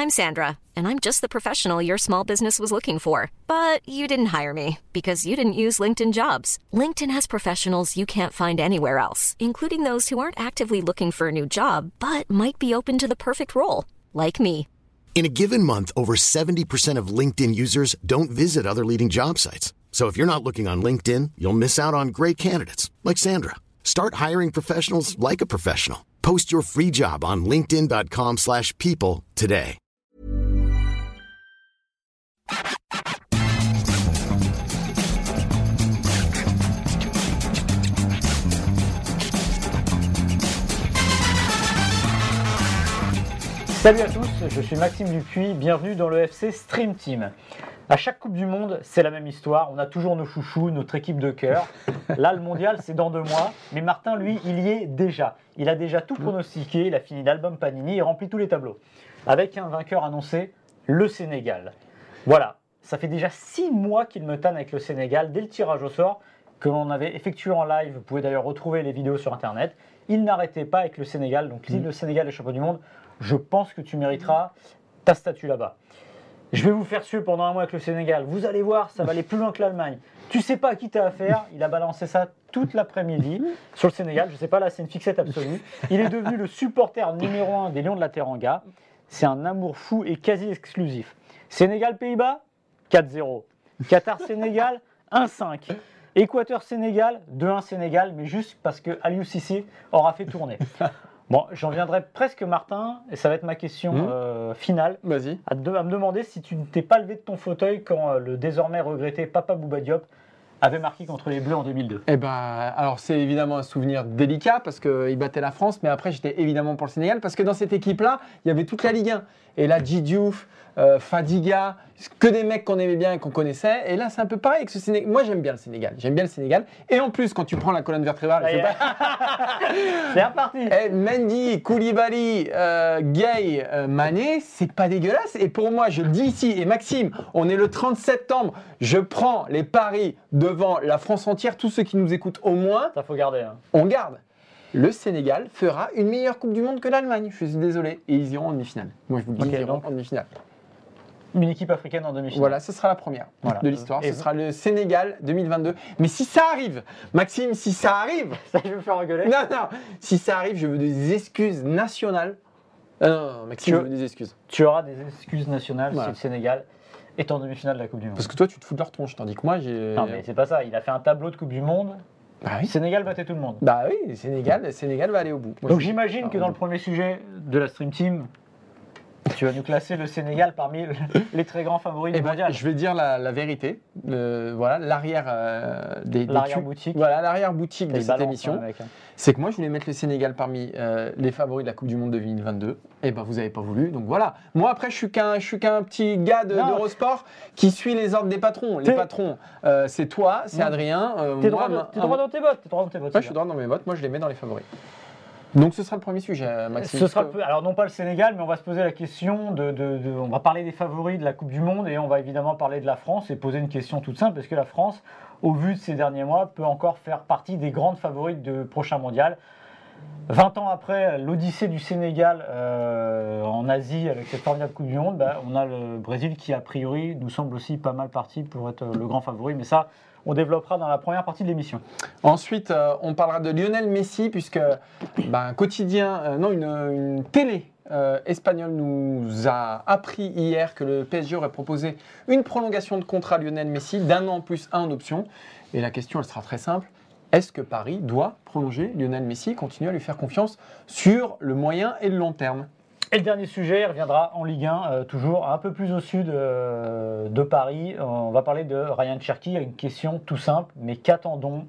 I'm Sandra, and I'm just the professional your small business was looking for. But you didn't hire me because you didn't use LinkedIn Jobs. LinkedIn has professionals you can't find anywhere else, including those who aren't actively looking for a new job, but might be open to the perfect role, like me. In a given month, over 70% of LinkedIn users don't visit other leading job sites. So if you're not looking on LinkedIn, you'll miss out on great candidates like Sandra. Start hiring professionals like a professional. Post your free job on linkedin.com/people today. Salut à tous, je suis Maxime Dupuis, bienvenue dans le FC Stream Team. À chaque Coupe du Monde, c'est la même histoire, on a toujours nos chouchous, notre équipe de cœur. Là, le mondial, c'est dans 2 mois, mais Martin, lui, il y est déjà. Il a déjà tout pronostiqué, il a fini l'album Panini et rempli tous les tableaux. Avec un vainqueur annoncé, le Sénégal. Voilà, ça fait déjà 6 mois qu'il me tanne avec le Sénégal, dès le tirage au sort, que l'on avait effectué en live. Vous pouvez d'ailleurs retrouver les vidéos sur Internet. Il n'arrêtait pas avec le Sénégal, donc si le Sénégal est champion du monde, je pense que tu mériteras ta statue là-bas. Je vais vous faire suer pendant 1 mois avec le Sénégal. Vous allez voir, ça va aller plus loin que l'Allemagne. Tu sais pas à qui tu as affaire. Il a balancé ça toute l'après-midi sur le Sénégal. Je sais pas, là, c'est une fixette absolue. Il est devenu le supporter numéro 1 des Lions de la Teranga. C'est un amour fou et quasi exclusif. Sénégal-Pays-Bas, 4-0. Qatar-Sénégal, 1-5. Équateur-Sénégal, 2-1 Sénégal, mais juste parce que Aliou Cissé aura fait tourner. Bon, j'en viendrai presque, Martin, et ça va être ma question finale. Vas-y. À me demander si tu ne t'es pas levé de ton fauteuil quand le désormais regretté Papa Bouba Diop avait marqué contre les Bleus en 2002. Eh ben, alors c'est évidemment un souvenir délicat parce qu'il battait la France, mais après j'étais évidemment pour le Sénégal parce que dans cette équipe-là, il y avait toute la Ligue 1. Et là, Diouf, Fadiga, que des mecs qu'on aimait bien et qu'on connaissait. Et là, c'est un peu pareil avec ce Sénégal. Moi, j'aime bien le Sénégal. Et en plus, quand tu prends la colonne vertébrale, c'est reparti. Mendy, Koulibaly, Gueye, Mané, c'est pas dégueulasse. Et pour moi, je le dis ici, et Maxime, on est le 30 septembre, je prends les paris devant la France entière, tous ceux qui nous écoutent au moins. Ça faut garder. Hein. On garde. Le Sénégal fera une meilleure Coupe du Monde que l'Allemagne. Je suis désolé. Et ils iront en demi-finale. Moi, je vous le dis, ils iront en demi-finale. Une équipe africaine en demi-finale. Voilà, ce sera la première de l'histoire. Ce sera le Sénégal 2022. Mais si ça arrive, Maxime, si ça arrive... Ça, je vais me faire engueuler. Non. Si ça arrive, je veux des excuses nationales. Non, Maxime, je veux des excuses. Tu auras des excuses nationales si le Sénégal est en demi-finale de la Coupe du Monde. Parce que toi, tu te fous de leur tronche, tandis que moi, j'ai... Non, mais c'est pas ça. Il a fait un tableau de Coupe du Monde. Bah oui. Sénégal battait tout le monde. Bah oui, le Sénégal va aller au bout. Moi, donc j'imagine que dans le premier sujet de la Stream Team, tu vas nous classer le Sénégal parmi les très grands favoris du mondial. Je vais dire la vérité. Voilà, l'arrière-boutique. Voilà, l'arrière-boutique de cette émission. C'est que moi, je voulais mettre le Sénégal parmi les favoris de la Coupe du Monde 2022. Et ben, vous n'avez pas voulu. Donc voilà. Moi, après, je suis qu'un petit gars d'Eurosport qui suit les ordres des patrons. Les patrons, c'est toi, c'est Adrien. T'es droit dans tes bottes. Moi, je suis droit dans mes bottes. Moi, je les mets dans les favoris. Donc ce sera le premier sujet, Maxime. Alors non pas le Sénégal, mais on va se poser la question on va parler des favoris de la Coupe du Monde et on va évidemment parler de la France et poser une question toute simple, parce que la France, au vu de ces derniers mois, peut encore faire partie des grandes favorites du prochain mondial. 20 ans après l'odyssée du Sénégal en Asie avec cette formidable Coupe du Monde, on a le Brésil qui a priori nous semble aussi pas mal parti pour être le grand favori, mais ça on développera dans la première partie de l'émission. Ensuite, on parlera de Lionel Messi, puisque un quotidien, une télé espagnole nous a appris hier que le PSG aurait proposé une prolongation de contrat à Lionel Messi d'1 an plus 1 en option. Et la question, elle sera très simple. Est-ce que Paris doit prolonger Lionel Messi, continuer à lui faire confiance sur le moyen et le long terme ? Et le dernier sujet reviendra en Ligue 1, toujours un peu plus au sud de Paris. On va parler de Ryan Cherki. Une question tout simple, mais qu'attendons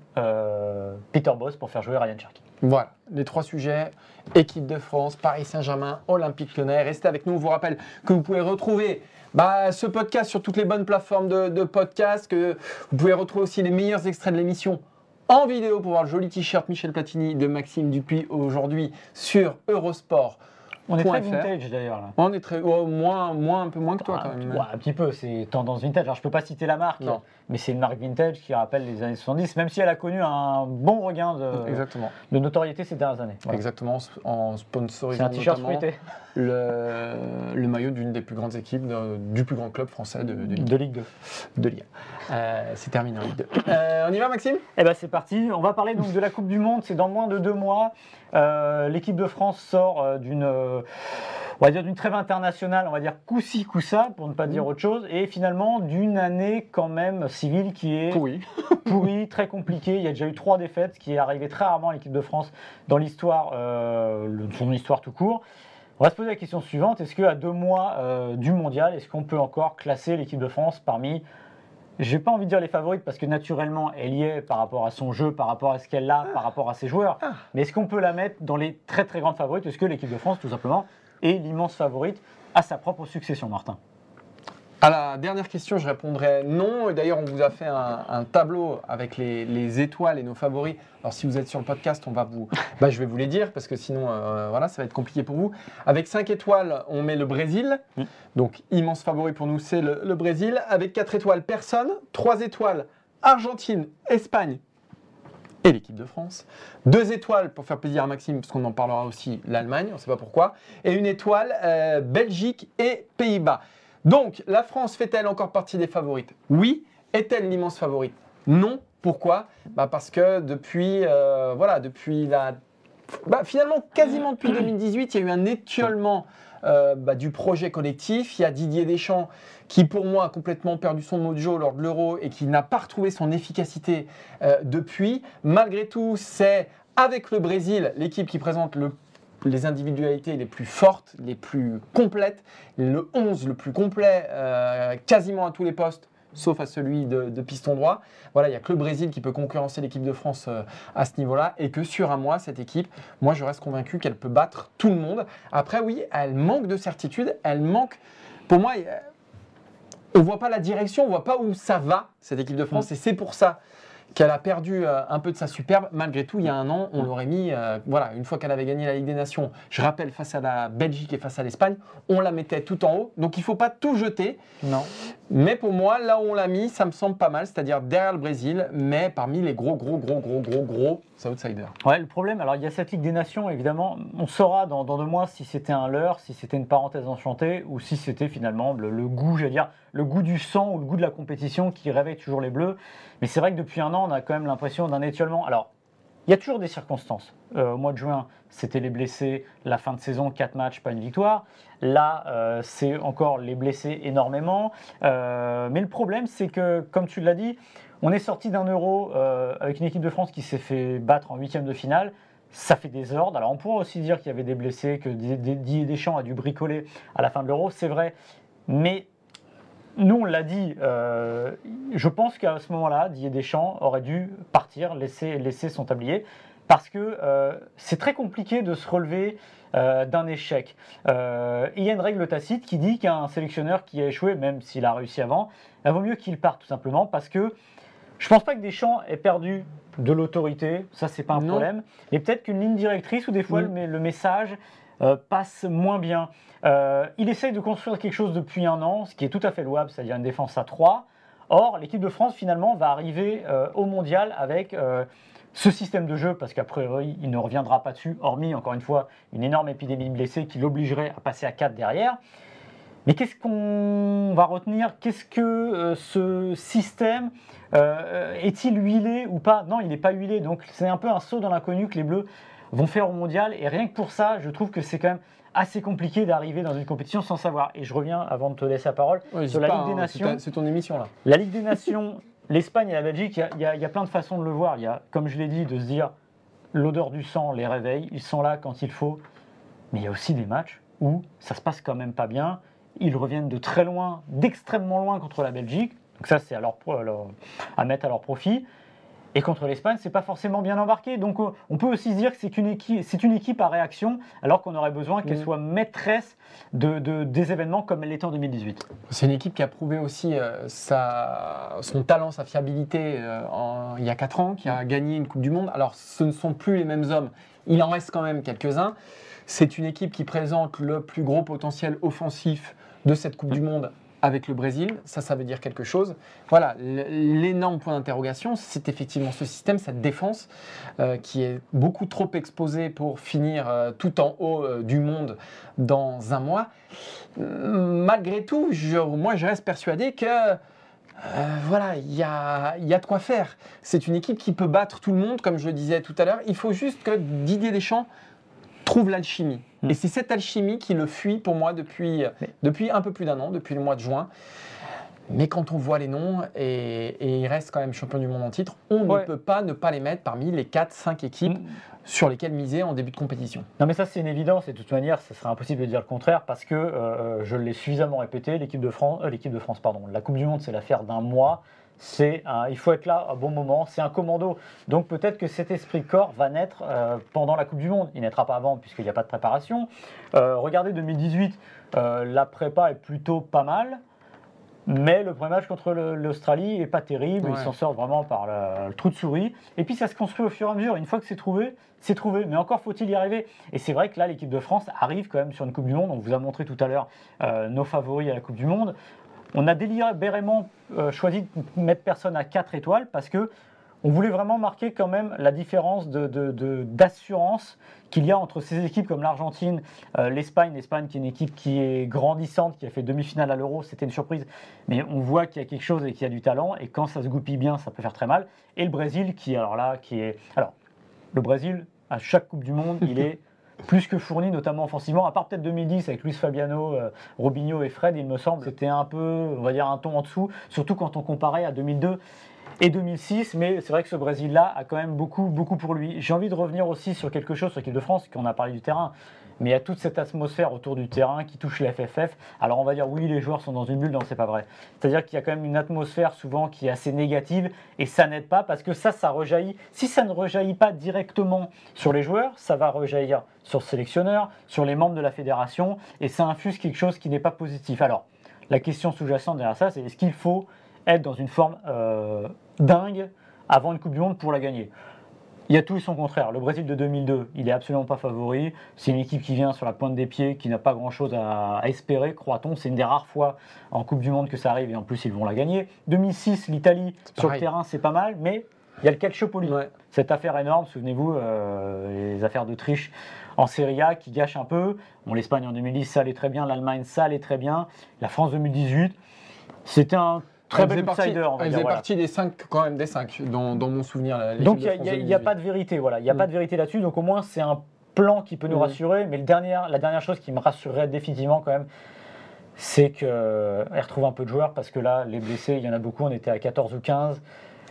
Peter Bosz pour faire jouer Ryan Cherki ? Voilà, les 3 sujets, équipe de France, Paris Saint-Germain, Olympique Lyonnais. Restez avec nous, on vous rappelle que vous pouvez retrouver ce podcast sur toutes les bonnes plateformes de podcast, que vous pouvez retrouver aussi les meilleurs extraits de l'émission en vidéo pour voir le joli t-shirt Michel Platini de Maxime Dupuis aujourd'hui sur Eurosport. On est très vintage d'ailleurs là. On est très un peu moins que toi quand même. Ouais, un petit peu, c'est tendance vintage. Alors je peux pas citer la marque, mais c'est une marque vintage qui rappelle les années 70, même si elle a connu un bon regain de notoriété ces dernières années. Voilà. Exactement, en sponsorisant c'est un t-shirt notamment fruité. le maillot d'une des des plus grandes équipes du plus grand club français de Ligue 2. De Ligue 2. De Ligue 1. C'est terminé en Ligue 2. On y va, Maxime ? Eh ben c'est parti. On va parler donc de la Coupe du Monde. C'est dans moins de 2 mois. L'équipe de France sort d'une trêve internationale, on va dire coup-ci, coup-ça, pour ne pas dire autre chose, et finalement d'une année quand même civile qui est pourrie, très compliquée. Il y a déjà eu 3 défaites, ce qui est arrivé très rarement à l'équipe de France dans l'histoire, son histoire tout court. On va se poser la question suivante, est-ce qu'à 2 mois du mondial, est-ce qu'on peut encore classer l'équipe de France parmi, j'ai pas envie de dire les favorites, parce que naturellement elle y est par rapport à son jeu, par rapport à ce qu'elle a, par rapport à ses joueurs, mais est-ce qu'on peut la mettre dans les très très grandes favorites? Est-ce que l'équipe de France tout simplement est l'immense favorite à sa propre succession, Martin? À la dernière question, je répondrai non. Et d'ailleurs, on vous a fait un tableau avec les étoiles et nos favoris. Alors, si vous êtes sur le podcast, je vais vous les dire parce que sinon, ça va être compliqué pour vous. Avec 5 étoiles, on met le Brésil. Donc, immense favori pour nous, c'est le Brésil. Avec 4 étoiles, personne. 3 étoiles, Argentine, Espagne et l'équipe de France. 2 étoiles, pour faire plaisir à Maxime, parce qu'on en parlera aussi, l'Allemagne, on ne sait pas pourquoi. Et 1 étoile, Belgique et Pays-Bas. Donc, la France fait-elle encore partie des favorites? Oui. Est-elle l'immense favorite? Non. Pourquoi? Parce que finalement, quasiment depuis 2018, il y a eu un étiolement du projet collectif. Il y a Didier Deschamps qui, pour moi, a complètement perdu son mojo lors de l'Euro et qui n'a pas retrouvé son efficacité depuis. Malgré tout, c'est avec le Brésil, l'équipe qui présente les individualités les plus fortes, les plus complètes, le 11 le plus complet, quasiment à tous les postes, sauf à celui de piston droit. Voilà, il n'y a que le Brésil qui peut concurrencer l'équipe de France à ce niveau-là, et que sur un mois, cette équipe, moi je reste convaincu qu'elle peut battre tout le monde. Après oui, elle manque de certitude, pour moi, on ne voit pas la direction, on ne voit pas où ça va, cette équipe de France, et c'est pour ça qu'elle a perdu un peu de sa superbe. Malgré tout, il y a un an, on l'aurait mis, une fois qu'elle avait gagné la Ligue des Nations, je rappelle, face à la Belgique et face à l'Espagne, on la mettait tout en haut. Donc il ne faut pas tout jeter. Non. Mais pour moi, là où on l'a mis, ça me semble pas mal, c'est-à-dire derrière le Brésil, mais parmi les gros outsiders. Ouais, le problème, alors il y a cette Ligue des Nations, évidemment, on saura dans 2 mois si c'était un leurre, si c'était une parenthèse enchantée, ou si c'était finalement le goût, le goût du sang ou le goût de la compétition qui réveille toujours les Bleus. Mais c'est vrai que depuis un an, on a quand même l'impression d'un étiolement. Alors, il y a toujours des circonstances. Au mois de juin, c'était les blessés, la fin de saison, 4 matchs, pas une victoire. Là, c'est encore les blessés énormément. Mais le problème, c'est que, comme tu l'as dit, on est sorti d'un Euro avec une équipe de France qui s'est fait battre en 8e de finale. Ça fait des ordres. Alors, on pourrait aussi dire qu'il y avait des blessés, que Didier Deschamps a dû bricoler à la fin de l'Euro, c'est vrai. Mais nous, on l'a dit, je pense qu'à ce moment-là, Didier Deschamps aurait dû partir, laisser son tablier, parce que c'est très compliqué de se relever d'un échec. Il y a une règle tacite qui dit qu'un sélectionneur qui a échoué, même s'il a réussi avant, il vaut mieux qu'il parte tout simplement, parce que je ne pense pas que Deschamps ait perdu de l'autorité, ça c'est pas un problème, mais peut-être qu'une ligne directrice où des fois le message passe moins bien. Il essaye de construire quelque chose depuis un an, ce qui est tout à fait louable, c'est-à-dire une défense à 3. Or, l'équipe de France, finalement, va arriver au mondial avec ce système de jeu, parce qu'a priori, il ne reviendra pas dessus, hormis, encore une fois, une énorme épidémie de blessés qui l'obligerait à passer à 4 derrière. Mais qu'est-ce qu'on va retenir? Qu'est-ce que ce système est-il huilé ou pas? Non, il n'est pas huilé, donc c'est un peu un saut dans l'inconnu que les Bleus vont faire au mondial, et rien que pour ça, je trouve que c'est quand même assez compliqué d'arriver dans une compétition sans savoir. Et je reviens, avant de te laisser la parole, sur la Ligue des Nations. C'est ton émission là. La Ligue des Nations, l'Espagne et la Belgique, il y a plein de façons de le voir. Il y a, comme je l'ai dit, de se dire l'odeur du sang les réveille, ils sont là quand il faut. Mais il y a aussi des matchs où ça se passe quand même pas bien. Ils reviennent de très loin, d'extrêmement loin contre la Belgique. Donc ça, c'est à mettre à leur profit. Et contre l'Espagne, c'est pas forcément bien embarqué. Donc on peut aussi se dire que c'est une équipe à réaction, alors qu'on aurait besoin qu'elle soit maîtresse des événements comme elle l'était en 2018. C'est une équipe qui a prouvé aussi son talent, sa fiabilité il y a 4 ans, qui a gagné une Coupe du Monde. Alors ce ne sont plus les mêmes hommes, il en reste quand même quelques-uns. C'est une équipe qui présente le plus gros potentiel offensif de cette Coupe du Monde avec le Brésil, ça veut dire quelque chose. Voilà, l'énorme point d'interrogation, c'est effectivement ce système, cette défense qui est beaucoup trop exposée pour finir tout en haut du monde dans un mois. Malgré tout, moi je reste persuadé que voilà, il y a de quoi faire. C'est une équipe qui peut battre tout le monde, comme je le disais tout à l'heure. Il faut juste que Didier Deschamps trouve l'alchimie. Et c'est cette alchimie qui le fuit pour moi depuis un peu plus d'un an, depuis le mois de juin. Mais quand on voit les noms, et il reste quand même champion du monde en titre, on ne peut pas ne pas les mettre parmi les 4-5 équipes sur lesquelles miser en début de compétition. Non mais ça c'est une évidence et de toute manière ce serait impossible de dire le contraire parce que je l'ai suffisamment répété, la Coupe du Monde c'est l'affaire d'un mois. Il faut être là à bon moment, c'est un commando. Donc peut-être que cet esprit corps va naître pendant la Coupe du Monde. Il ne naîtra pas avant puisqu'il n'y a pas de préparation. Regardez 2018, la prépa est plutôt pas mal. Mais le premier match contre l'Australie n'est pas terrible, ils s'en sortent vraiment par le trou de souris. Et puis ça se construit au fur et à mesure. Une fois que c'est trouvé, c'est trouvé. Mais encore faut-il y arriver. Et c'est vrai que là, l'équipe de France arrive quand même sur une Coupe du Monde. On vous a montré tout à l'heure nos favoris à la Coupe du Monde. On a délibérément choisi de mettre personne à 4 étoiles parce que on voulait vraiment marquer quand même la différence d'assurance qu'il y a entre ces équipes comme l'Argentine, l'Espagne qui est une équipe qui est grandissante, qui a fait demi-finale à l'Euro, c'était une surprise, mais on voit qu'il y a quelque chose et qu'il y a du talent, et quand ça se goupille bien, ça peut faire très mal. Et le Brésil le Brésil, à chaque Coupe du Monde, il est plus que fourni, notamment offensivement, à part peut-être 2010 avec Luis Fabiano, Robinho et Fred, il me semble, c'était un peu, on va dire, un ton en dessous, surtout quand on comparait à 2002 et 2006, mais c'est vrai que ce Brésil-là a quand même beaucoup pour lui. J'ai envie de revenir aussi sur quelque chose sur l'équipe de France, qu'on a parlé du terrain, mais il y a toute cette atmosphère autour du terrain qui touche la FFF. Alors on va dire oui, les joueurs sont dans une bulle, non, c'est pas vrai. C'est-à-dire qu'il y a quand même une atmosphère souvent qui est assez négative et ça n'aide pas parce que ça rejaillit. Si ça ne rejaillit pas directement sur les joueurs, ça va rejaillir sur le sélectionneur, sur les membres de la fédération et ça infuse quelque chose qui n'est pas positif. Alors la question sous-jacente derrière ça, c'est est-ce qu'il faut être dans une forme dingue avant une Coupe du Monde pour la gagner? Il y a tout et son contraire. Le Brésil de 2002, il n'est absolument pas favori. C'est une équipe qui vient sur la pointe des pieds, qui n'a pas grand-chose à espérer, croit-on. C'est une des rares fois en Coupe du Monde que ça arrive et en plus ils vont la gagner. 2006, l'Italie, sur le terrain, c'est pas mal, mais il y a le Calciopoli. Cette affaire énorme, souvenez-vous, les affaires d'Autriche en Serie A qui gâchent un peu. Bon, l'Espagne en 2010, ça allait très bien. L'Allemagne, ça allait très bien. La France 2018, c'était un très bel outsider. Elle faisait partie des 5, quand même des 5, dans mon souvenir. Donc il n'y a pas de vérité, voilà. Il n'y a pas de vérité là-dessus. Donc au moins c'est un plan qui peut nous rassurer. Mais la dernière chose qui me rassurerait définitivement quand même, c'est qu'elle retrouve un peu de joueurs parce que là, les blessés, il y en a beaucoup. On était à 14 ou 15.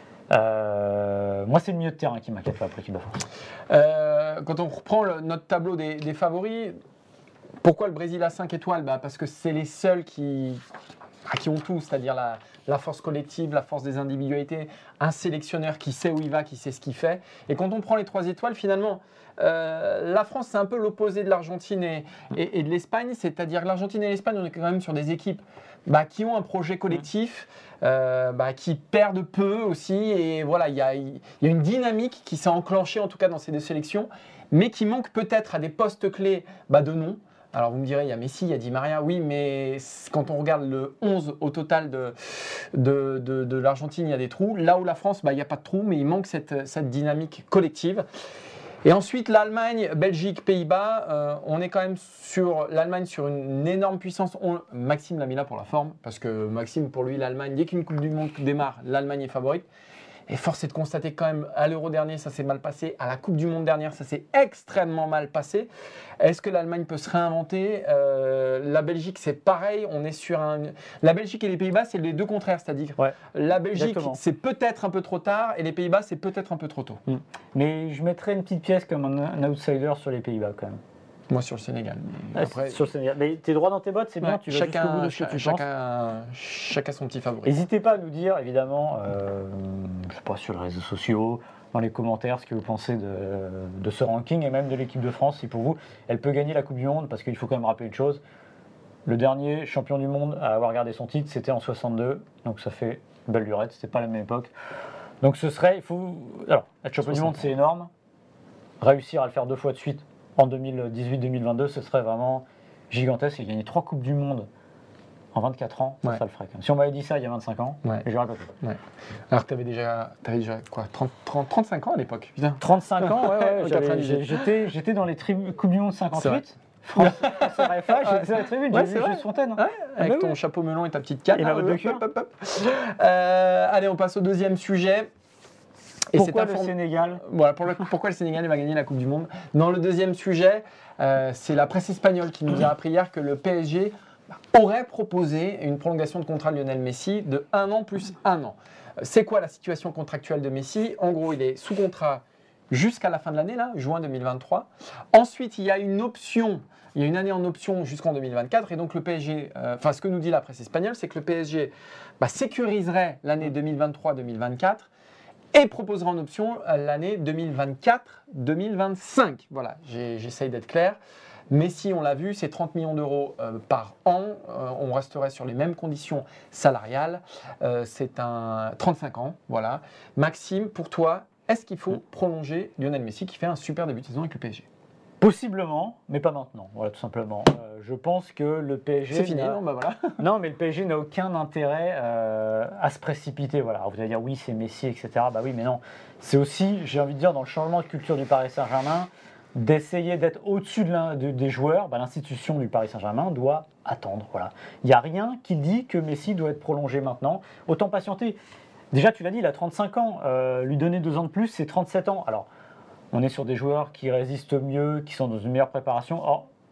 Moi, c'est le milieu de terrain qui m'inquiète pour l'équipe de France. Quand on reprend notre tableau des favoris, pourquoi le Brésil a 5 étoiles? Parce que c'est les seuls qui ont tout, c'est-à-dire la force collective, la force des individualités, un sélectionneur qui sait où il va, qui sait ce qu'il fait. Et quand on prend les 3 étoiles, finalement, la France, c'est un peu l'opposé de l'Argentine et de l'Espagne, c'est-à-dire l'Argentine et l'Espagne, on est quand même sur des équipes qui ont un projet collectif, qui perdent peu aussi, et voilà, il y a une dynamique qui s'est enclenchée, en tout cas dans ces 2 sélections, mais qui manque peut-être à des postes clés de nom. Alors vous me direz, il y a Messi, il y a Di Maria, oui, mais quand on regarde le 11 au total de l'Argentine, il y a des trous. Là où la France, il n'y a pas de trous, mais il manque cette dynamique collective. Et ensuite, l'Allemagne, Belgique, Pays-Bas, on est quand même sur l'Allemagne sur une énorme puissance. Maxime l'a mis là pour la forme, parce que Maxime, pour lui, l'Allemagne, dès qu'une Coupe du Monde démarre, l'Allemagne est favorite. Et force est de constater quand même, à l'Euro dernier, ça s'est mal passé. À la Coupe du Monde dernière, ça s'est extrêmement mal passé. Est-ce que l'Allemagne peut se réinventer? La Belgique, c'est pareil. On est sur la Belgique et les Pays-Bas, c'est les 2 contraires. C'est-à-dire, la Belgique, c'est peut-être un peu trop tard, et les Pays-Bas, c'est peut-être un peu trop tôt. Mais je mettrais une petite pièce comme un outsider sur les Pays-Bas quand même. Moi, sur le Sénégal. Après, sur le Sénégal. Mais t'es droit dans tes bottes, c'est bien. Tu vas jusqu'au bout de ce que tu penses. Chacun son petit favori. N'hésitez pas à nous dire, évidemment, je sais pas, sur les réseaux sociaux, dans les commentaires, ce que vous pensez de ce ranking et même de l'équipe de France, si pour vous, elle peut gagner la Coupe du Monde, parce qu'il faut quand même rappeler une chose. Le dernier champion du monde à avoir gardé son titre, c'était en 62, donc ça fait une belle lurette, c'était pas la même époque. Donc alors, être champion du monde, c'est énorme. Réussir à le faire 2 fois de suite, en 2018-2022, ce serait vraiment gigantesque. Et gagner 3 Coupes du Monde En 24 ans, Ouais. ça le ferait. Quand même. Si on m'avait dit ça il y a 25 ans, Ouais. j'aurais pas fait. Ouais. Alors que t'avais déjà quoi, 35 ans à l'époque, putain. 35 ans, ouais, Au 98. j'étais dans les Coupes du Monde C'est vrai. 58. France RFA, j'étais dans les tribunes, Ouais, j'ai c'est vu vrai. Juste Fontaine. Ouais, avec bah ton oui. chapeau melon et ta petite canne. Et ma botte de cuir. Allez, on passe au deuxième sujet. Et Pourquoi c'est le Sénégal Voilà, pourquoi le Sénégal va gagner la Coupe du Monde. Dans le deuxième sujet, c'est la presse espagnole qui nous a appris hier que le PSG aurait proposé une prolongation de contrat de Lionel Messi de 1 an plus 1 an. C'est quoi la situation contractuelle de Messi? En gros, il est sous contrat jusqu'à la fin de l'année, là, juin 2023. Ensuite, il y a une option, il y a une année en option jusqu'en 2024. Et donc, le PSG, ce que nous dit la presse espagnole, c'est que le PSG sécuriserait l'année 2023-2024 et proposera en option l'année 2024-2025. Voilà, j'essaye d'être clair. Messi, on l'a vu, c'est 30 millions d'euros par an. On resterait sur les mêmes conditions salariales. C'est un 35 ans, voilà. Maxime, pour toi, est-ce qu'il faut prolonger Lionel Messi qui fait un super début de saison avec le PSG? Possiblement, mais pas maintenant. Voilà, tout simplement. Je pense que le PSG. C'est fini, non? Bah voilà. Non, mais le PSG n'a aucun intérêt à se précipiter. Voilà. Alors, vous allez dire oui, c'est Messi, etc. Bah oui, mais non. C'est aussi, j'ai envie de dire, dans le changement de culture du Paris Saint-Germain, d'essayer d'être au-dessus des joueurs. Bah, l'institution du Paris Saint-Germain doit attendre. Voilà. Il n'y a rien qui dit que Messi doit être prolongé maintenant. Autant patienter. Déjà, tu l'as dit, il a 35 ans. Lui donner 2 ans de plus, c'est 37 ans. Alors, on est sur des joueurs qui résistent mieux, qui sont dans une meilleure préparation.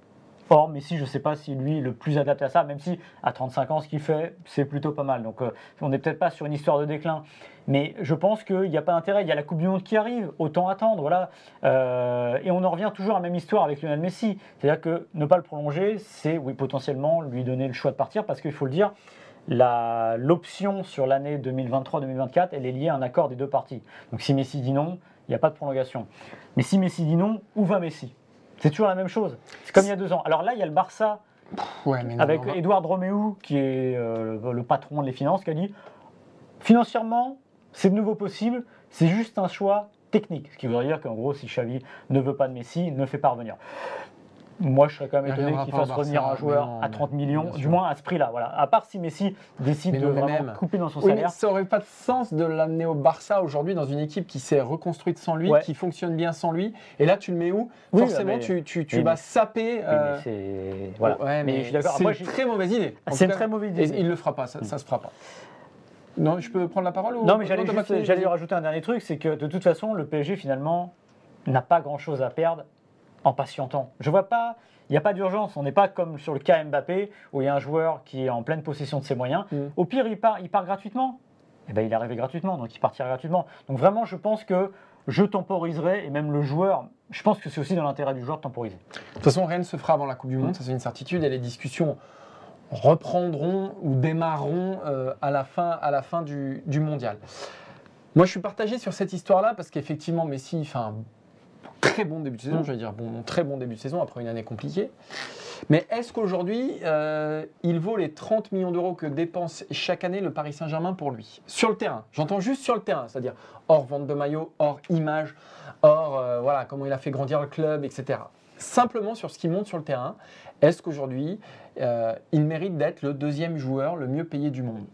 Or Messi, je ne sais pas si lui est le plus adapté à ça, même si à 35 ans, ce qu'il fait, c'est plutôt pas mal. Donc on n'est peut-être pas sur une histoire de déclin. Mais je pense qu'il n'y a pas d'intérêt. Il y a la Coupe du Monde qui arrive, autant attendre. Voilà. Et on en revient toujours à la même histoire avec Lionel Messi. C'est-à-dire que ne pas le prolonger, c'est oui, potentiellement lui donner le choix de partir, parce qu'il faut le dire, l'option sur l'année 2023-2024, elle est liée à un accord des deux parties. Donc si Messi dit non, il n'y a pas de prolongation. Mais si Messi dit non, où va Messi? C'est toujours la même chose. C'est comme il y a 2 ans. Alors là, il y a le Barça avec Edouard Roméo, qui est le patron des finances, qui a dit financièrement, c'est de nouveau possible, c'est juste un choix technique. Ce qui voudrait dire qu'en gros, si Xavi ne veut pas de Messi, il ne fait pas revenir. Moi, je serais quand même étonné qu'il fasse revenir un joueur à 30 millions, du moins à ce prix-là. Voilà. À part si Messi décide de vraiment couper dans son salaire. Mais ça n'aurait pas de sens de l'amener au Barça aujourd'hui dans une équipe qui s'est reconstruite sans lui, qui fonctionne bien sans lui. Et là, tu le mets où? Forcément, tu vas saper. Voilà. Ouais, mais je suis d'accord. C'est une très mauvaise idée. C'est une très mauvaise idée. Et il ne le fera pas, ça ne se fera pas. Non, je peux prendre la parole? Non, mais j'allais rajouter un dernier truc, c'est que de toute façon, le PSG, finalement, n'a pas grand-chose à perdre en patientant. Je vois pas, il n'y a pas d'urgence. On n'est pas comme sur le cas Mbappé, où il y a un joueur qui est en pleine possession de ses moyens. Au pire, il part gratuitement. Eh ben, il est arrivé gratuitement, donc il partira gratuitement. Donc vraiment, je pense que je temporiserai, et même le joueur, je pense que c'est aussi dans l'intérêt du joueur de temporiser. De toute façon, rien ne se fera avant la Coupe du Monde, ça c'est une certitude, et les discussions reprendront ou démarreront à la fin du mondial. Moi, je suis partagé sur cette histoire-là, parce qu'effectivement, Messi fait un très bon début de saison, très bon début de saison après une année compliquée. Mais est-ce qu'aujourd'hui, il vaut les 30 millions d'euros que dépense chaque année le Paris Saint-Germain pour lui? Sur le terrain, j'entends juste sur le terrain, c'est-à-dire hors vente de maillot, hors image, hors comment il a fait grandir le club, etc. Simplement sur ce qui monte sur le terrain, est-ce qu'aujourd'hui, il mérite d'être le deuxième joueur le mieux payé du monde?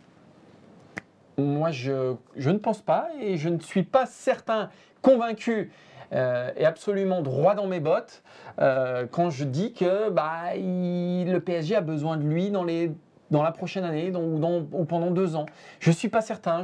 Moi, je ne pense pas, et je ne suis pas certain, convaincu et absolument droit dans mes bottes quand je dis que le PSG a besoin de lui dans la prochaine année ou pendant 2 ans. Je ne suis pas certain.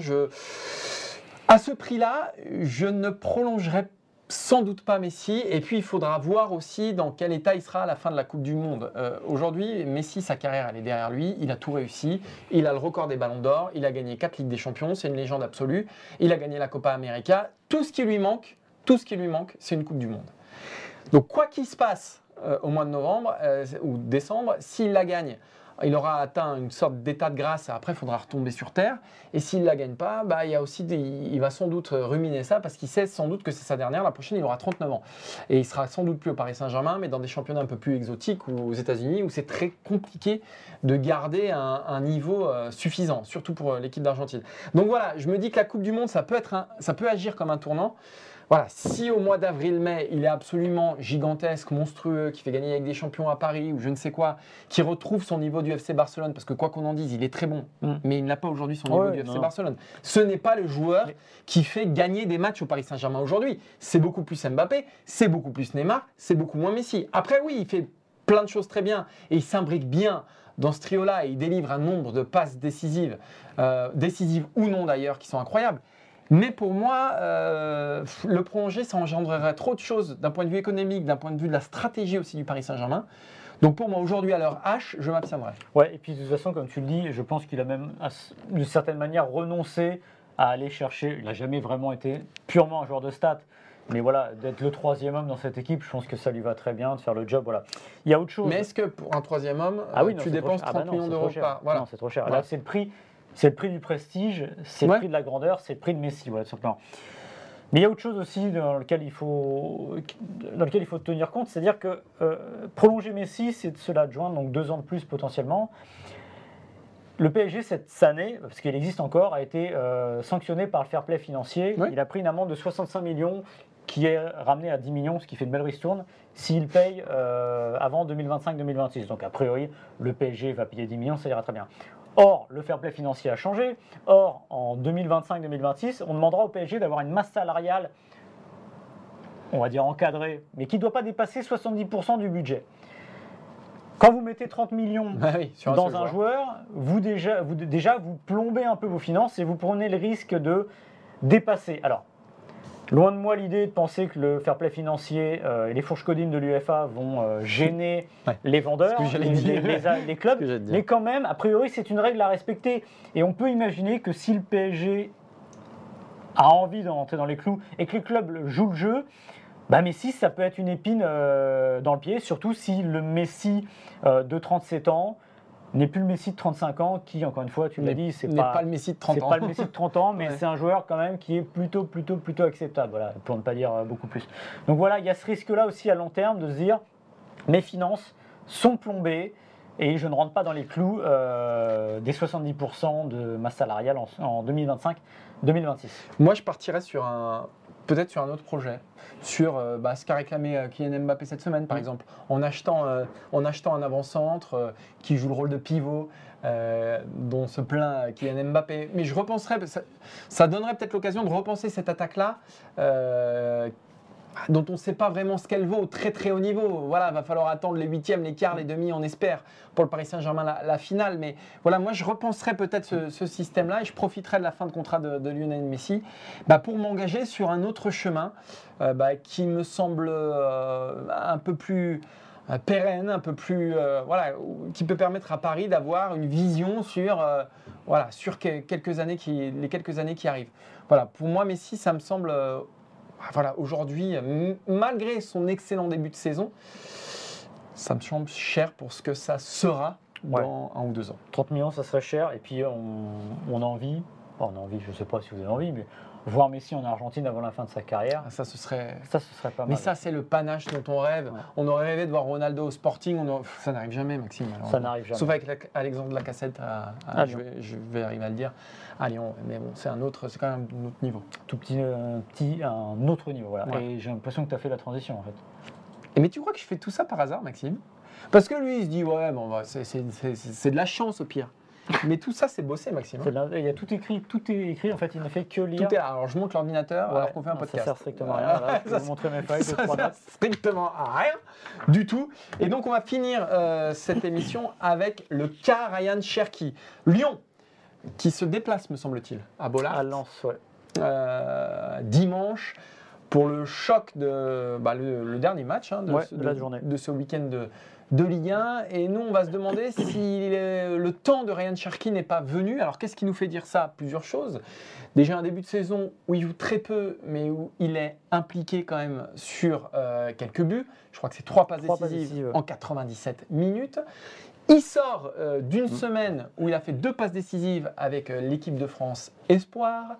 À ce prix-là, je ne prolongerai sans doute pas Messi. Et puis, il faudra voir aussi dans quel état il sera à la fin de la Coupe du Monde. Aujourd'hui, Messi, sa carrière, elle est derrière lui. Il a tout réussi. Il a le record des ballons d'or. Il a gagné 4 Ligues des Champions. C'est une légende absolue. Il a gagné la Copa América. Tout ce qui lui manque, c'est une Coupe du Monde. Donc, quoi qu'il se passe au mois de novembre ou décembre, s'il la gagne, il aura atteint une sorte d'état de grâce. Après, il faudra retomber sur terre. Et s'il ne la gagne pas, il va sans doute ruminer ça, parce qu'il sait sans doute que c'est sa dernière. La prochaine, il aura 39 ans. Et il sera sans doute plus au Paris Saint-Germain, mais dans des championnats un peu plus exotiques, ou aux États-Unis, où c'est très compliqué de garder un niveau suffisant, surtout pour l'équipe d'Argentine. Donc voilà, je me dis que la Coupe du Monde, ça peut agir comme un tournant. Voilà, si au mois d'avril-mai, il est absolument gigantesque, monstrueux, qui fait gagner avec des champions à Paris ou je ne sais quoi, qui retrouve son niveau du FC Barcelone, parce que quoi qu'on en dise, il est très bon, mais il n'a pas aujourd'hui son niveau du FC Barcelone. Ce n'est pas le joueur qui fait gagner des matchs au Paris Saint-Germain aujourd'hui. C'est beaucoup plus Mbappé, c'est beaucoup plus Neymar, c'est beaucoup moins Messi. Après oui, il fait plein de choses très bien et il s'imbrique bien dans ce trio-là et il délivre un nombre de passes décisives ou non d'ailleurs, qui sont incroyables. Mais pour moi, le prolonger, ça engendrerait trop de choses d'un point de vue économique, d'un point de vue de la stratégie aussi du Paris Saint-Germain. Donc pour moi, aujourd'hui, à l'heure H, je m'abstiendrai. Ouais, et puis de toute façon, comme tu le dis, je pense qu'il a même, d'une certaine manière, renoncé à aller chercher. Il n'a jamais vraiment été purement un joueur de stats. Mais voilà, d'être le troisième homme dans cette équipe, je pense que ça lui va très bien, de faire le job. Voilà. Il y a autre chose. Mais est-ce que pour un troisième homme, tu dépenses 30 millions d'euros par... Voilà. Non, c'est trop cher. Voilà. Là, c'est le prix du prestige, c'est le prix de la grandeur, c'est le prix de Messi, voilà, tout simplement. Mais il y a autre chose aussi dans lequel il faut tenir compte, c'est-à-dire que prolonger Messi, c'est de cela adjoindre, donc 2 ans de plus potentiellement. Le PSG, cette année, parce qu'il existe encore, a été sanctionné par le fair play financier. Oui. Il a pris une amende de 65 millions qui est ramenée à 10 millions, ce qui fait une belle ristourne, s'il paye avant 2025-2026. Donc a priori, le PSG va payer 10 millions, ça ira très bien. Or, le fair play financier a changé. Or, en 2025-2026, on demandera au PSG d'avoir une masse salariale, on va dire encadrée, mais qui ne doit pas dépasser 70% du budget. Quand vous mettez 30 millions dans un joueur, vous plombez un peu vos finances et vous prenez le risque de dépasser. Alors, loin de moi l'idée de penser que le fair play financier et les fourches codines de l'UEFA vont gêner les vendeurs, les clubs, mais quand même, a priori, c'est une règle à respecter. Et on peut imaginer que si le PSG a envie d'entrer dans les clous et que les clubs jouent le jeu, Messi, ça peut être une épine dans le pied, surtout si le Messi de 37 ans n'est plus le Messi de 35 ans, qui, encore une fois, tu l'as dit, c'est pas le Messi de 30 ans. C'est pas le Messi de 30 ans, mais c'est un joueur quand même qui est plutôt acceptable, voilà, pour ne pas dire beaucoup plus. Donc voilà, il y a ce risque-là aussi à long terme de se dire, mes finances sont plombées et je ne rentre pas dans les clous des 70% de masse salariale en 2025-2026. Moi, je partirais peut-être sur un autre projet, sur ce qu'a réclamé Kylian Mbappé cette semaine, par exemple, en achetant un avant-centre qui joue le rôle de pivot, dont se plaint Kylian Mbappé. Mais je repenserais, ça donnerait peut-être l'occasion de repenser cette attaque-là, dont on ne sait pas vraiment ce qu'elle vaut au très très haut niveau. Voilà, il va falloir attendre les huitièmes, les quarts, les demi, on espère, pour le Paris Saint-Germain la finale. Mais voilà, moi je repenserais peut-être ce système-là et je profiterais de la fin de contrat de Lionel Messi pour m'engager sur un autre chemin qui me semble un peu plus pérenne, un peu plus qui peut permettre à Paris d'avoir une vision sur les quelques années qui arrivent. Voilà, pour moi Messi, ça me semble aujourd'hui, malgré son excellent début de saison, ça me semble cher pour ce que ça sera dans 1 ou 2 ans. 30 millions, ça serait cher. Et puis, on a envie, je ne sais pas si vous avez envie, mais voir Messi en Argentine avant la fin de sa carrière. Ça, ce serait pas mal. Mais ça, c'est le panache dont on rêve. Ouais. On aurait rêvé de voir Ronaldo au Sporting. Ça n'arrive jamais, Maxime. Ça n'arrive jamais. Sauf avec Alexandre Lacazette je vais arriver à le dire, à Lyon. Mais bon, c'est quand même un autre niveau. Un autre niveau. Voilà. Ouais. Et j'ai l'impression que tu as fait la transition, en fait. Mais tu crois que je fais tout ça par hasard, Maxime? Parce que lui, il se dit, c'est de la chance au pire. Mais tout ça, c'est bossé, Maxime. Il y a tout est écrit, en fait, il ne fait que lire. Alors, je monte l'ordinateur alors qu'on fait un podcast. Ça sert strictement à rien. Là, je vais vous montrer mes feuilles de 3 notes. Strictement à rien du tout. Et donc, on va finir cette émission avec le cas Ryan Cherki. Lyon, qui se déplace, me semble-t-il, à Bollard. À Lens, dimanche, pour le choc de le dernier match de la journée. De ce week-end de Ligue 1. Et nous, on va se demander si le temps de Ryan Cherki n'est pas venu. Alors, qu'est-ce qui nous fait dire ça? Plusieurs choses. Déjà, un début de saison où il joue très peu, mais où il est impliqué quand même sur quelques buts. Je crois que c'est 3 passes décisives en 97 minutes. Il sort d'une semaine où il a fait 2 passes décisives avec l'équipe de France Espoir.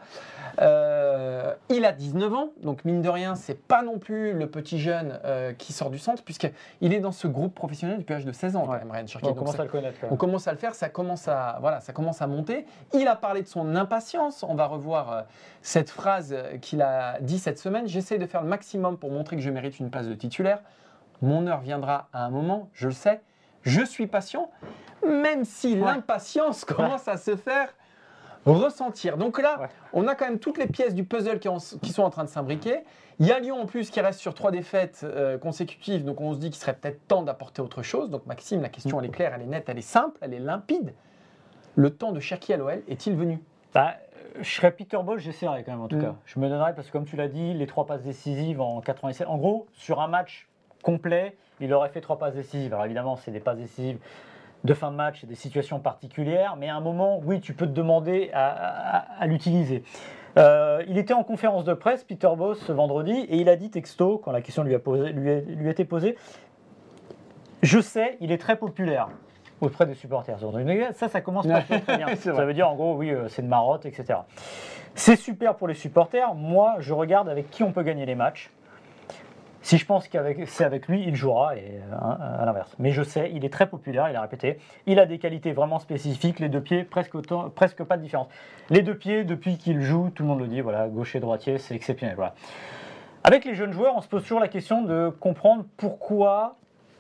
Il a 19 ans, donc mine de rien, c'est pas non plus le petit jeune qui sort du centre, puisqu'il est dans ce groupe professionnel depuis l'âge de 16 ans, quand même, Ryan Cherki. On commence à le connaître. On commence à le faire, ça commence à monter. Il a parlé de son impatience. On va revoir cette phrase qu'il a dit cette semaine. J'essaie de faire le maximum pour montrer que je mérite une place de titulaire. Mon heure viendra à un moment, je le sais. Je suis patient, même si l'impatience commence à se faire ressentir. Donc là, on a quand même toutes les pièces du puzzle qui sont en train de s'imbriquer. Il y a Lyon en plus qui reste sur 3 défaites consécutives, donc on se dit qu'il serait peut-être temps d'apporter autre chose. Donc Maxime, la question elle est claire, elle est nette, elle est simple, elle est limpide. Le temps de Cherki à l'OL est-il venu ? Je serais Peter Bosz, j'essaierais quand même en tout cas. Je me donnerais parce que comme tu l'as dit, les 3 passes décisives en 87. En gros, sur un match complet, il aurait fait 3 passes décisives. Alors évidemment, c'est des passes décisives de fin de match, c'est des situations particulières, mais à un moment, oui, tu peux te demander à l'utiliser. Il était en conférence de presse, Peter Bosz, ce vendredi, et il a dit texto, quand la question lui a été posée, je sais, il est très populaire auprès des supporters. Ça commence pas très bien. Ça veut dire, en gros, oui, c'est de marotte, etc. C'est super pour les supporters. Moi, je regarde avec qui on peut gagner les matchs. Si je pense que c'est avec lui, il jouera, et à l'inverse. Mais je sais, il est très populaire, il a répété. Il a des qualités vraiment spécifiques, les 2 pieds, presque pas de différence. Les 2 pieds, depuis qu'il joue, tout le monde le dit, voilà, gaucher, droitier, c'est exceptionnel. Voilà. Avec les jeunes joueurs, on se pose toujours la question de comprendre pourquoi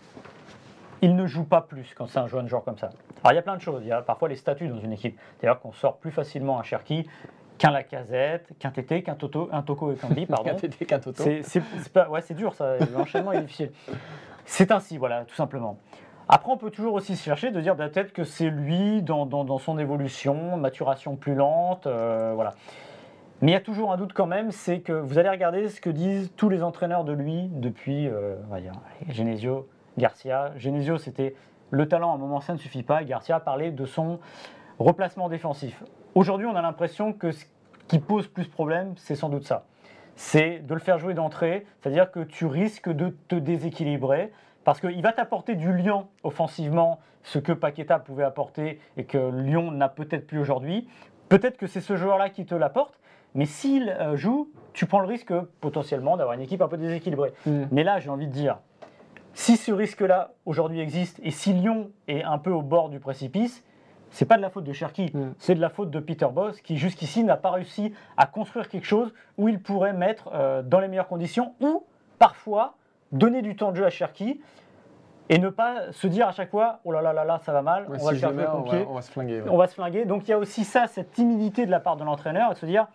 il ne joue pas plus quand c'est un jeune joueur comme ça. Alors il y a plein de choses, il y a parfois les statuts dans une équipe. C'est-à-dire qu'on sort plus facilement un Cherki qu'un Lacazette, qu'un Tété, qu'un Toto, un Toko et Kambi, pardon. Qu'un Tété, qu'un Toto. C'est dur ça, l'enchaînement est difficile. C'est ainsi, voilà, tout simplement. Après, on peut toujours aussi se chercher de dire peut-être que c'est lui dans son évolution, maturation plus lente, voilà. Mais il y a toujours un doute quand même, c'est que vous allez regarder ce que disent tous les entraîneurs de lui depuis, on va dire, Genesio, Garcia. Genesio, c'était le talent, à un moment ça ne suffit pas, et Garcia parlait de son replacement défensif. Aujourd'hui, on a l'impression que ce qui pose plus problème, c'est sans doute ça. C'est de le faire jouer d'entrée, c'est-à-dire que tu risques de te déséquilibrer, parce qu'il va t'apporter du Lyon offensivement, ce que Paqueta pouvait apporter et que Lyon n'a peut-être plus aujourd'hui. Peut-être que c'est ce joueur-là qui te l'apporte, mais s'il joue, tu prends le risque potentiellement d'avoir une équipe un peu déséquilibrée. Mais là, j'ai envie de dire, si ce risque-là aujourd'hui existe et si Lyon est un peu au bord du précipice, c'est pas de la faute de Cherki, c'est de la faute de Peter Bosz qui jusqu'ici n'a pas réussi à construire quelque chose où il pourrait mettre dans les meilleures conditions ou parfois donner du temps de jeu à Cherki et ne pas se dire à chaque fois oh là là là là ça va mal, on va le faire jouer pompier, on va se flinguer. On va se flinguer. Donc il y a aussi ça, cette timidité de la part de l'entraîneur et de se dire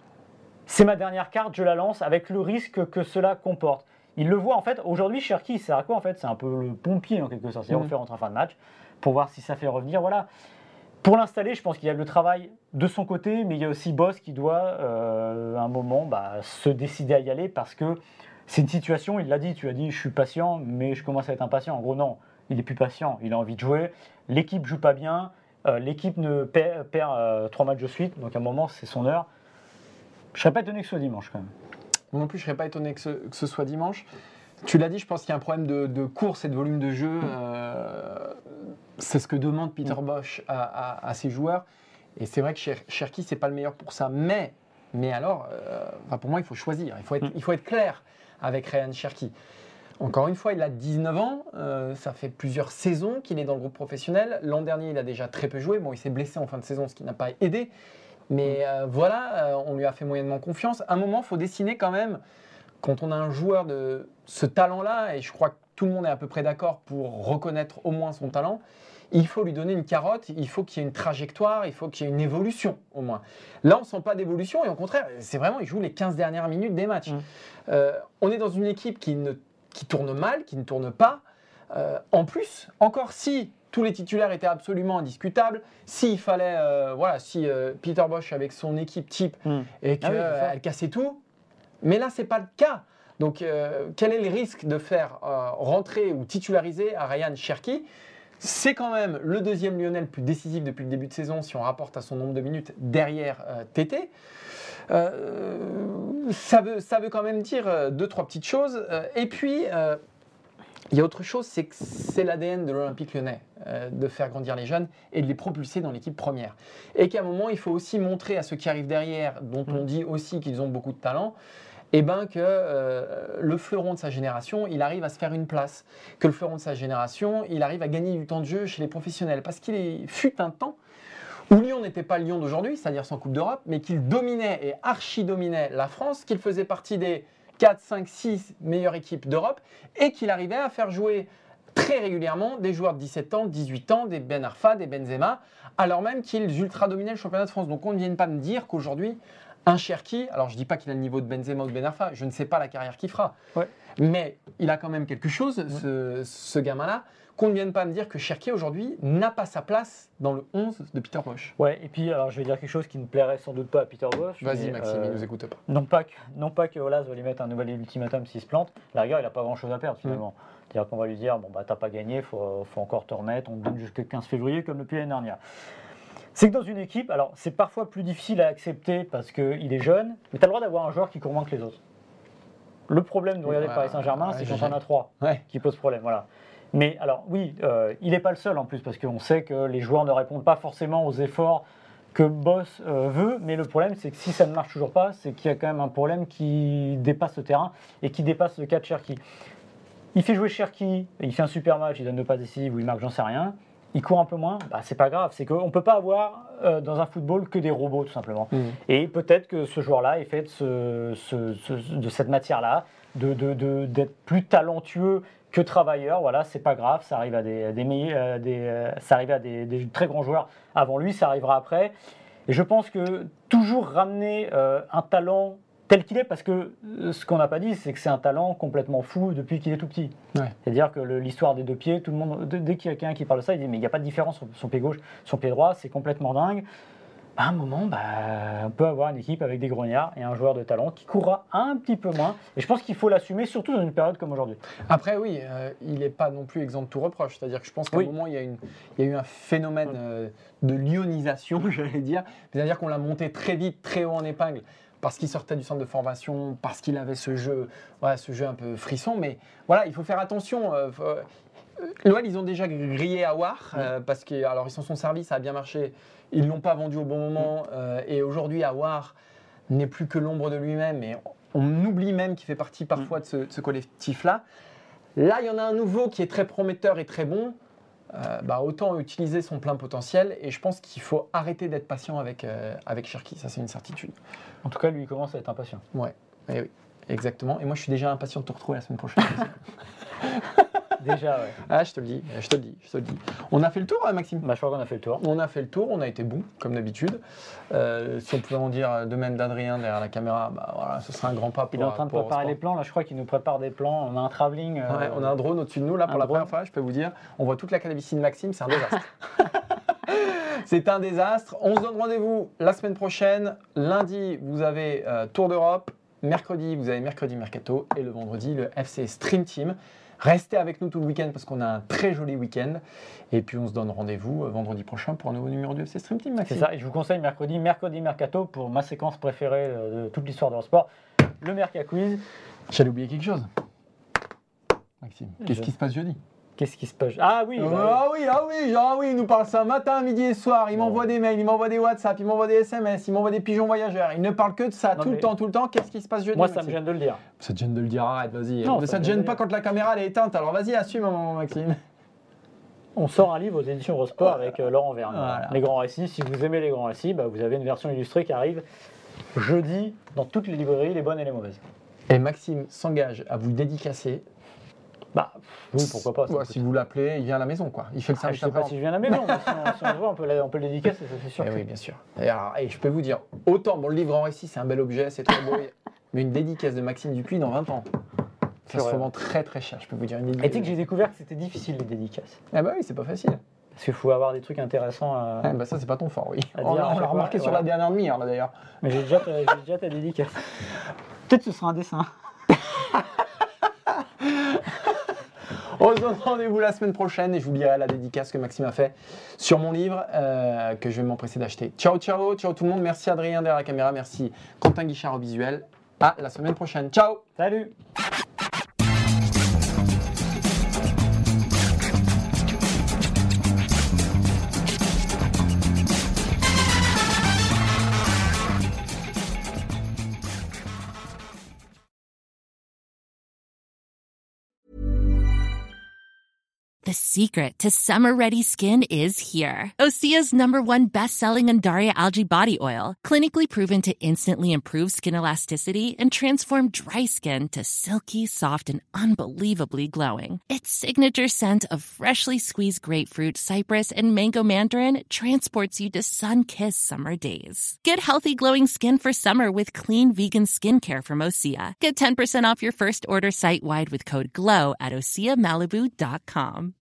c'est ma dernière carte, je la lance avec le risque que cela comporte. Il le voit en fait, aujourd'hui Cherki il sert à quoi en fait ? C'est un peu le pompier en quelque sorte, c'est-à-dire on le fait rentrer en fin de match pour voir si ça fait revenir, voilà. Pour l'installer, je pense qu'il y a le travail de son côté, mais il y a aussi Bosz qui doit, à un moment, se décider à y aller parce que c'est une situation, il l'a dit, tu as dit, je suis patient, mais je commence à être impatient. En gros, non, il n'est plus patient, il a envie de jouer. L'équipe ne joue pas bien, l'équipe perd 3 matchs de suite, donc à un moment, c'est son heure. Je ne serais pas étonné que ce soit dimanche quand même. Moi non plus, je ne serais pas étonné que ce soit dimanche. Tu l'as dit, je pense qu'il y a un problème de course et de volume de jeu. C'est ce que demande Peter Bosz à ses joueurs. Et c'est vrai que Cherki, ce n'est pas le meilleur pour ça. Mais alors, pour moi, il faut choisir. Il faut être clair avec Ryan Cherki. Encore une fois, il a 19 ans. Ça fait plusieurs saisons qu'il est dans le groupe professionnel. L'an dernier, il a déjà très peu joué. Bon, il s'est blessé en fin de saison, ce qui n'a pas aidé. Mais on lui a fait moyennement confiance. À un moment, il faut dessiner quand même. Quand on a un joueur de ce talent-là, et je crois que tout le monde est à peu près d'accord pour reconnaître au moins son talent, il faut lui donner une carotte, il faut qu'il y ait une trajectoire, il faut qu'il y ait une évolution au moins. Là, on ne sent pas d'évolution et au contraire, c'est vraiment, il joue les 15 dernières minutes des matchs. On est dans une équipe qui tourne mal, qui ne tourne pas. En plus, encore si tous les titulaires étaient absolument indiscutables, s'il fallait, si Peter Bosz avec son équipe type et qu'elle cassait tout, mais là, ce n'est pas le cas. Donc, quel est le risque de faire rentrer ou titulariser à Ryan Cherki ? C'est quand même le deuxième Lyonnais le plus décisif depuis le début de saison, si on rapporte à son nombre de minutes derrière Tété. Ça veut quand même dire 2-3 petites choses. Et puis, il y a autre chose, c'est que c'est l'ADN de l'Olympique Lyonnais de faire grandir les jeunes et de les propulser dans l'équipe première. Et qu'à un moment, il faut aussi montrer à ceux qui arrivent derrière, dont on dit aussi qu'ils ont beaucoup de talent, que le fleuron de sa génération, il arrive à se faire une place. Que le fleuron de sa génération, il arrive à gagner du temps de jeu chez les professionnels. Parce qu'il fut un temps où Lyon n'était pas Lyon d'aujourd'hui, c'est-à-dire sans Coupe d'Europe, mais qu'il dominait et archi-dominait la France, qu'il faisait partie des 4, 5, 6 meilleures équipes d'Europe et qu'il arrivait à faire jouer très régulièrement des joueurs de 17 ans, 18 ans, des Ben Arfa, des Benzema, alors même qu'ils ultra-dominaient le championnat de France. Donc on ne vient pas me dire qu'aujourd'hui, un Cherki, alors je ne dis pas qu'il a le niveau de Benzema ou de Ben Arfa, je ne sais pas la carrière qu'il fera, mais il a quand même quelque chose, ce gamin-là, qu'on ne vienne pas me dire que Cherki aujourd'hui n'a pas sa place dans le 11 de Peter Bosz. Ouais, et puis alors je vais dire quelque chose qui ne plairait sans doute pas à Peter Bosz. Vas-y Maxime, il nous écoute pas. Non pas que Aulas va lui mettre un nouvel ultimatum s'il se plante, la rigueur il n'a pas grand chose à perdre finalement. C'est-à-dire qu'on va lui dire, bon bah t'as pas gagné, faut encore te remettre, on te donne jusqu'au 15 février comme depuis l'année dernière. C'est que dans une équipe, alors c'est parfois plus difficile à accepter parce qu'il est jeune, mais tu as le droit d'avoir un joueur qui court moins que les autres. Le problème de regarder Paris Saint-Germain, c'est qu'on en a 3 qui posent problème. Voilà. Mais alors oui, il n'est pas le seul en plus parce qu'on sait que les joueurs ne répondent pas forcément aux efforts que Bosz veut, mais le problème c'est que si ça ne marche toujours pas, c'est qu'il y a quand même un problème qui dépasse le terrain et qui dépasse le cas de Cherki. Il fait jouer Cherki, il fait un super match, il donne 2 passes décisives ou il marque, j'en sais rien. Il court un peu moins, c'est pas grave, c'est qu'on ne peut pas avoir dans un football que des robots tout simplement. Et peut-être que ce joueur-là est fait de cette matière-là, d'être plus talentueux que travailleur, voilà, c'est pas grave, ça arrive à des très grands joueurs avant lui, ça arrivera après. Et je pense que toujours ramener un talent tel qu'il est, parce que ce qu'on n'a pas dit, c'est que c'est un talent complètement fou depuis qu'il est tout petit. C'est-à-dire que l'histoire des 2 pieds, tout le monde, dès qu'il y a quelqu'un qui parle de ça, il dit mais il n'y a pas de différence entre son pied gauche, son pied droit, c'est complètement dingue. À un moment, on peut avoir une équipe avec des grognards et un joueur de talent qui courra un petit peu moins. Et je pense qu'il faut l'assumer, surtout dans une période comme aujourd'hui. Après, oui, il n'est pas non plus exempt de tout reproche. C'est-à-dire que je pense qu'à un moment, il y a eu un phénomène de lyonisation, j'allais dire. C'est-à-dire qu'on l'a monté très vite, très haut en épingle, parce qu'il sortait du centre de formation, parce qu'il avait ce jeu un peu frisson. Mais voilà, il faut faire attention. L'OL, ils ont déjà grillé Aouar, parce qu'ils s'en sont servis, ça a bien marché. Ils ne l'ont pas vendu au bon moment. Et aujourd'hui, Aouar n'est plus que l'ombre de lui-même. Et on oublie même qu'il fait partie parfois de ce collectif-là. Là, il y en a un nouveau qui est très prometteur et très bon. Autant utiliser son plein potentiel. Et je pense qu'il faut arrêter d'être patient avec Cherki. Ça, c'est une certitude. En tout cas, lui, il commence à être impatient. Ouais, oui, exactement. Et moi, je suis déjà impatient de te retrouver la semaine prochaine. Déjà, ouais. Ah, je te le dis. On a fait le tour, Maxime ? Je crois qu'on a fait le tour. On a fait le tour, on a été bon, comme d'habitude. Si on pouvait en dire de même d'Adrien derrière la caméra, ce serait un grand pas pour. Il est en train de préparer les plans, là, je crois qu'il nous prépare des plans. On a un travelling. On a un drone au-dessus de nous, là, pour la première fois, je peux vous dire. On voit toute la calvitie de Maxime, c'est un désastre. C'est un désastre. On se donne rendez-vous la semaine prochaine. Lundi, vous avez Tour d'Europe. Mercredi, vous avez Mercredi Mercato. Et le vendredi, le FC Stream Team. Restez avec nous tout le week-end parce qu'on a un très joli week-end. Et puis on se donne rendez-vous vendredi prochain pour un nouveau numéro du FC Stream Team, Maxime. C'est ça, et je vous conseille Mercredi Mercato pour ma séquence préférée de toute l'histoire de leur sport, le Merca Quiz. J'allais oublier quelque chose. Maxime, qu'est-ce qui se passe jeudi ? Qu'est-ce qui se passe ? Ah oui, il nous parle ça matin, midi et soir. Il m'envoie des mails, il m'envoie des WhatsApp, il m'envoie des SMS, il m'envoie des pigeons voyageurs. Il ne parle que de ça tout le temps. Qu'est-ce qui se passe jeudi ? Moi, ça me gêne de le dire. Ça te gêne de le dire, arrête, vas-y. Non, ça te gêne pas quand la caméra elle est éteinte, alors vas-y, assume un moment, Maxime. On sort un livre aux éditions Eurosport avec Laurent Vergne. Voilà. Les grands récits. Si vous aimez les grands récits, vous avez une version illustrée qui arrive jeudi dans toutes les librairies, les bonnes et les mauvaises. Et Maxime s'engage à vous dédicacer. Oui, pourquoi pas. Si vous l'appelez, il vient à la maison, quoi. Il fait le service. Je ne sais pas si je viens à la maison, mais si on le voit, on peut le dédicacer, ça c'est sûr. Oui, bien sûr. Et je peux vous dire, autant, le livre en récit, c'est un bel objet, c'est très beau, mais une dédicace de Maxime Dupuis dans 20 ans, ça se revend très très cher, je peux vous dire. Et tu sais que j'ai découvert que c'était difficile les dédicaces. Ah oui, c'est pas facile. Parce qu'il faut avoir des trucs intéressants à... ça, c'est pas ton fort, oui. On l'a remarqué sur la dernière demi-heure, là, d'ailleurs. Mais j'ai déjà ta dédicace. Peut-être ce sera un dessin. On se donne rendez-vous la semaine prochaine et je vous lirai la dédicace que Maxime a fait sur mon livre que je vais m'empresser d'acheter. Ciao tout le monde. Merci Adrien derrière la caméra. Merci Quentin Guichard au visuel. À la semaine prochaine. Ciao. Salut. The secret to summer-ready skin is here. Osea's #1 best-selling Undaria Algae Body Oil, clinically proven to instantly improve skin elasticity and transform dry skin to silky, soft, and unbelievably glowing. Its signature scent of freshly squeezed grapefruit, cypress, and mango mandarin transports you to sun-kissed summer days. Get healthy, glowing skin for summer with clean vegan skincare from Osea. Get 10% off your first order site-wide with code GLOW at OseaMalibu.com.